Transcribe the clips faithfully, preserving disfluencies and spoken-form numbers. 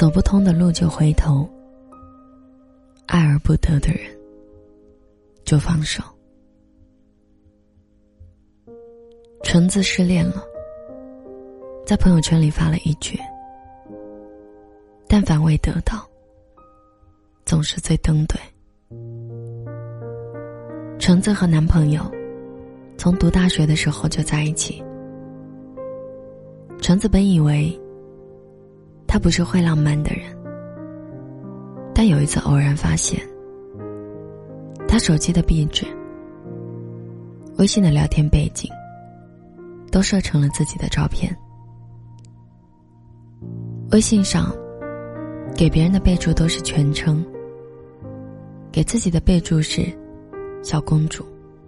走不通的路就回头，爱而不得的人就放手。橙子失恋了，在朋友圈里发了一句：但凡未得到，总是最登对。橙子和男朋友从读大学的时候就在一起。橙子本以为他不是会浪漫的人，但有一次偶然发现，他手机的壁纸、微信的聊天背景都设成了自己的照片。微信上给别人的备注都是全称，给自己的备注是小公主。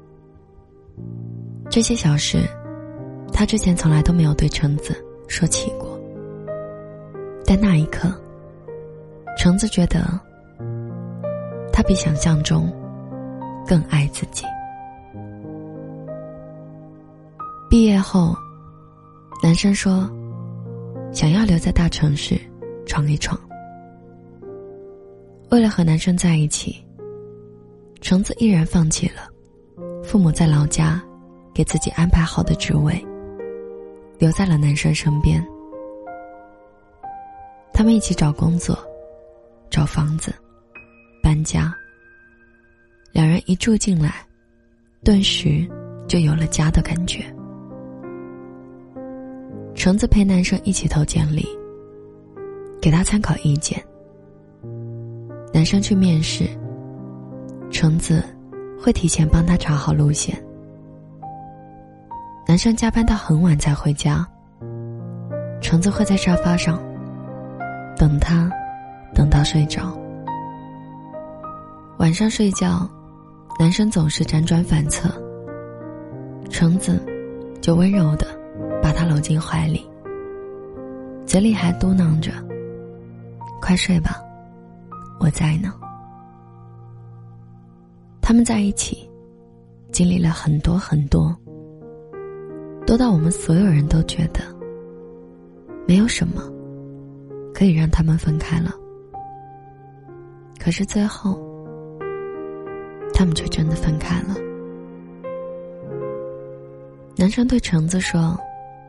这些小事他之前从来都没有对橙子说起过，但那一刻橙子觉得他比想象中更爱自己。毕业后，男生说想要留在大城市闯一闯。为了和男生在一起，橙子毅然放弃了父母在老家给自己安排好的职位，留在了男生身边。他们一起找工作，找房子，搬家。两人一住进来，顿时就有了家的感觉。橙子陪男生一起投简历，给他参考意见。男生去面试，橙子会提前帮他查好路线。男生加班到很晚才回家，橙子会在沙发上等他，等到睡着。晚上睡觉，男生总是辗转反侧，橙子就温柔地把他搂进怀里，嘴里还嘟囔着：快睡吧，我在呢。他们在一起经历了很多很多，多到我们所有人都觉得没有什么可以让他们分开了。可是最后他们却真的分开了。男生对橙子说：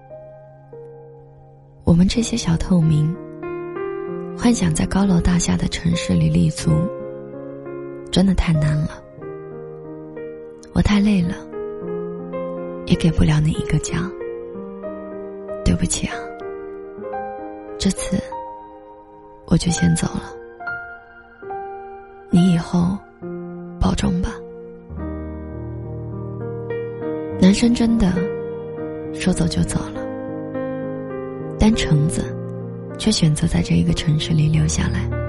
我们这些小透明幻想在高楼大厦的城市里立足，真的太难了。我太累了，也给不了你一个家。对不起啊，这次我就先走了，你以后保重吧。男生真的说走就走了，但橙子却选择在这一个城市里留下来。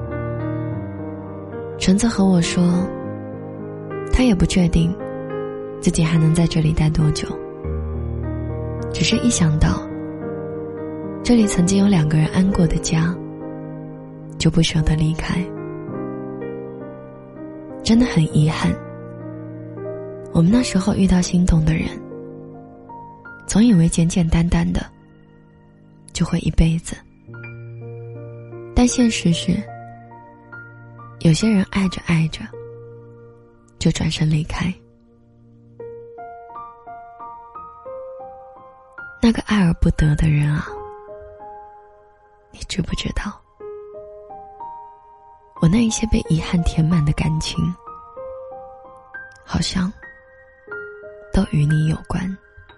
橙子和我说，他也不确定自己还能在这里待多久，只是一想到这里曾经有两个人安过的家，就不舍得离开。真的很遗憾，我们那时候遇到心动的人，总以为简简单单的就会一辈子，但现实是，有些人爱着爱着就转身离开。那个爱而不得的人啊，你知不知道，我那一些被遗憾填满的感情，好像都与你有关。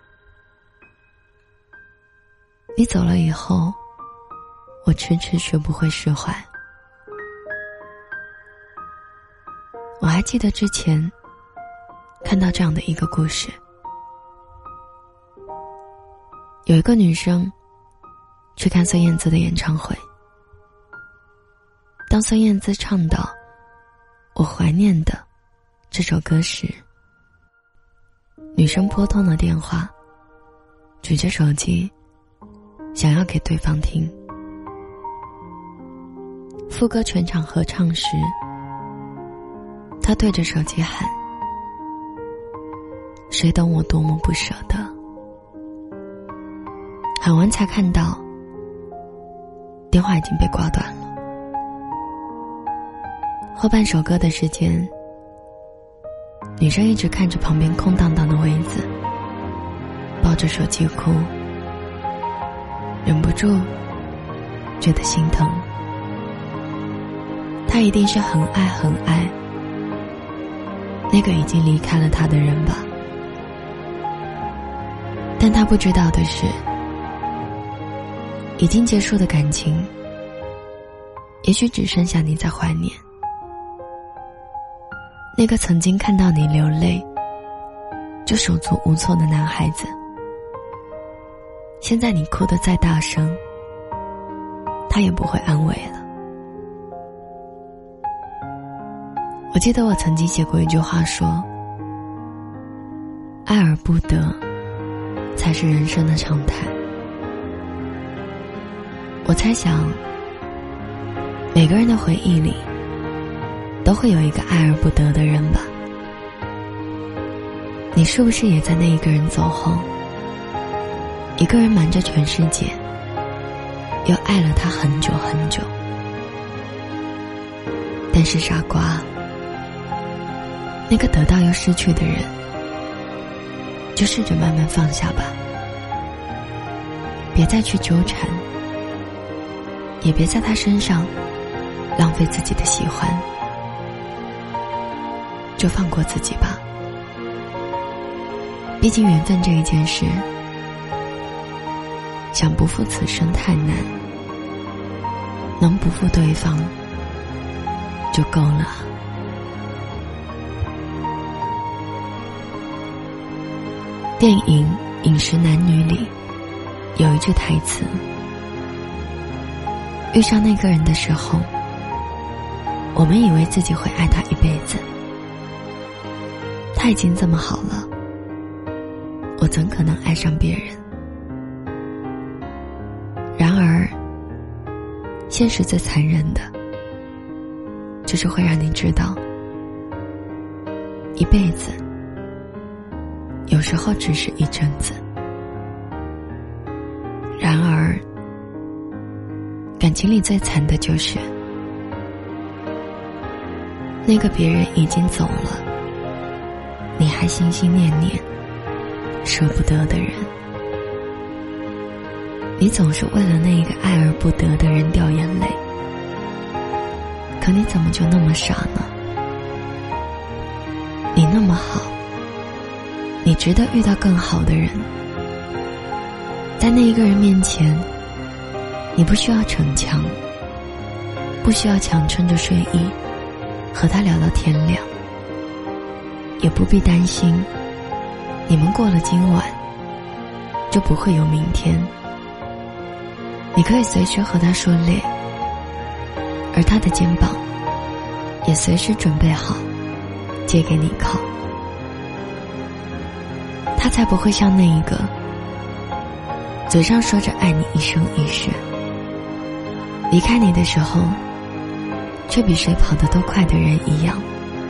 你走了以后，我迟迟学不会释怀。我还记得之前看到这样的一个故事，有一个女生去看孙燕姿的演唱会，当孙燕姿唱到我怀念的这首歌时，女生拨通了电话，举着手机想要给对方听。副歌全场合唱时，她对着手机喊：谁懂我多么不舍得。喊完才看到电话已经被挂断了。 后半首歌的时间，女生一直看着旁边空荡荡的位子，抱着手机哭，忍不住觉得心疼。她一定是很爱很爱那个已经离开了她的人吧。但她不知道的是，已经结束的感情，也许只剩下你在怀念。那个曾经看到你流泪就手足无措的男孩子，现在你哭得再大声，他也不会安慰了。我记得我曾经写过一句话说，爱而不得才是人生的常态。我猜想每个人的回忆里都会有一个爱而不得的人吧。你是不是也在那一个人走后，一个人瞒着全世界，又爱了他很久很久？但是傻瓜，那个得到又失去的人，就试着慢慢放下吧，别再去纠缠，也别在他身上浪费自己的喜欢，就放过自己吧。毕竟缘分这一件事，想不负此生太难，能不负对方就够了。电影《饮食男女》里有一句台词，遇上那个人的时候，我们以为自己会爱他一辈子，他已经这么好了，我怎可能爱上别人？然而现实最残忍的，就是会让你知道，一辈子有时候只是一阵子。然而感情里最惨的就是那个别人已经走了，你还心心念念舍不得的人。你总是为了那一个爱而不得的人掉眼泪，可你怎么就那么傻呢？你那么好，你值得遇到更好的人。在那一个人面前，你不需要逞强，不需要强撑着睡意和他聊到天亮，也不必担心你们过了今晚就不会有明天。你可以随时和他说累，而他的肩膀也随时准备好借给你靠。他才不会像那一个嘴上说着爱你一生一世，离开你的时候却比谁跑得都快的人一样。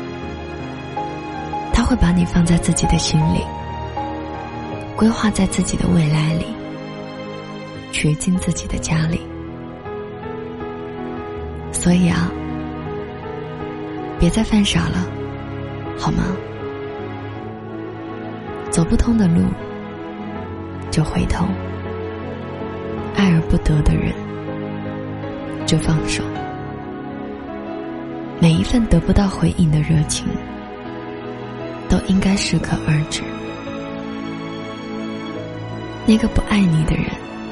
他会把你放在自己的心里，规划在自己的未来里，娶进自己的家里。所以啊，别再犯傻了，好吗？走不通的路就回头，爱而不得的人就放手。每一份得不到回应的热情都应该适可而止。那个不爱你的人，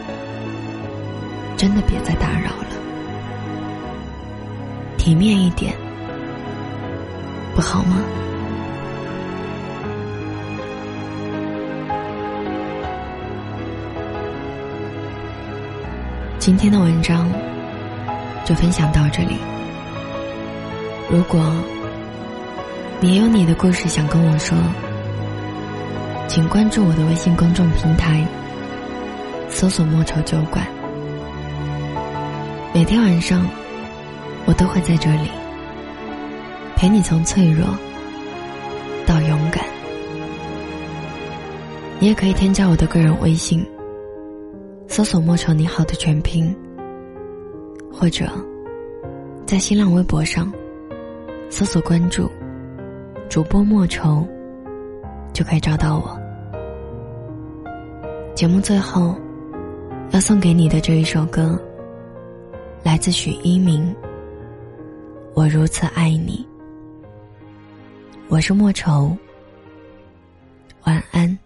真的别再打扰了，体面一点不好吗？今天的文章就分享到这里。如果你也有你的故事想跟我说，请关注我的微信公众平台，搜索莫愁酒馆。每天晚上我都会在这里陪你从脆弱到勇敢。你也可以添加我的个人微信，搜索莫愁你好的全拼，或者在新浪微博上搜索关注主播莫愁就可以找到我。节目最后要送给你的这一首歌来自许一鸣，我如此爱你。我是莫愁，晚安。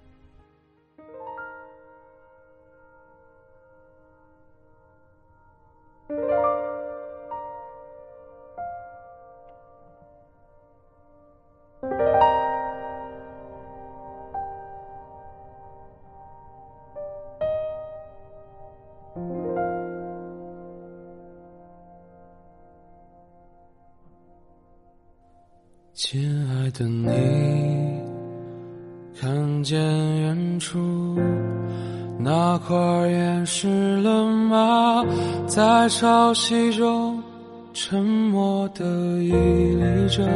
亲爱的你，看见远处那块岩石了吗？在潮汐中沉默地屹立着，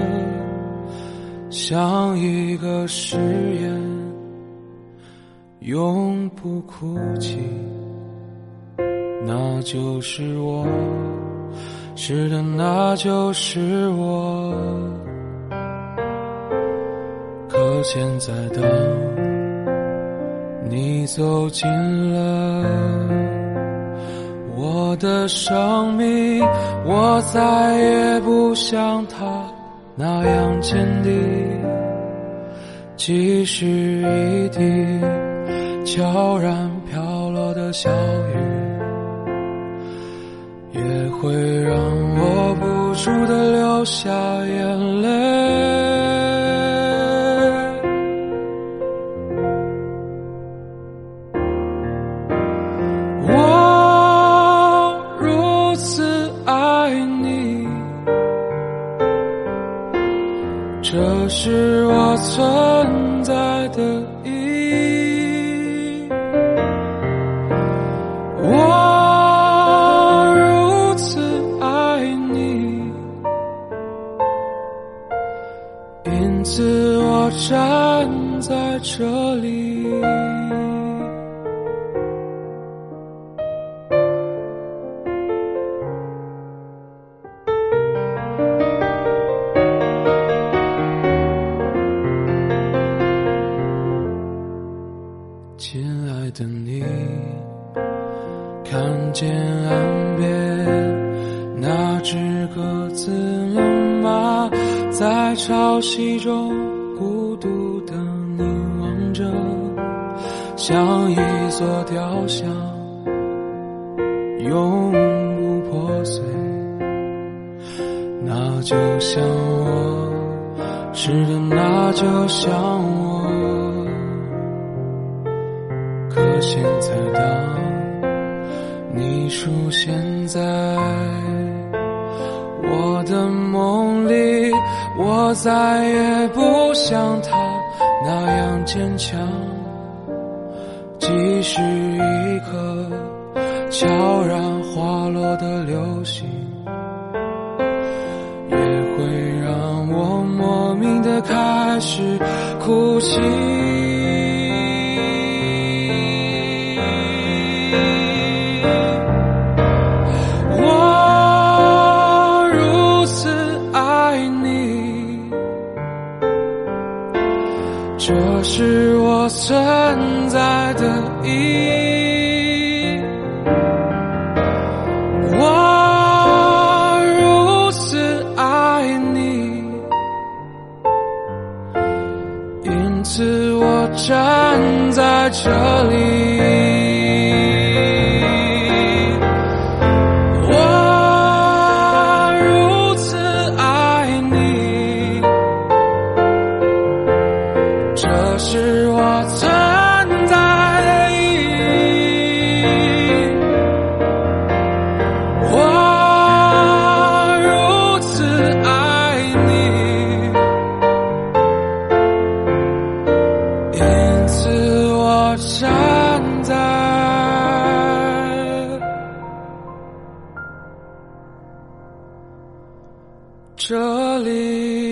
像一个誓言，永不哭泣。那就是我，是的，那就是我。可现在当你走进了我的生命，我再也不像他那样坚定，即使一滴悄然飘落的小雨，也会让我不住地流下眼泪。这是我存在的意义，我如此爱你，因此我站在这里。亲爱的你，看见岸边那只鸽子了吗？在潮汐中孤独地凝望着，像一座雕像，永不破碎。那就像我，是的，那就像我。可现在当你出现在我的梦里，我再也不像他那样坚强，即使一颗悄然滑落的流星，也会让我莫名地开始哭泣。这是我存在的意义，我如此爱你，因此我站在这里。这是我存在的意义，我如此爱你，因此我站在这里。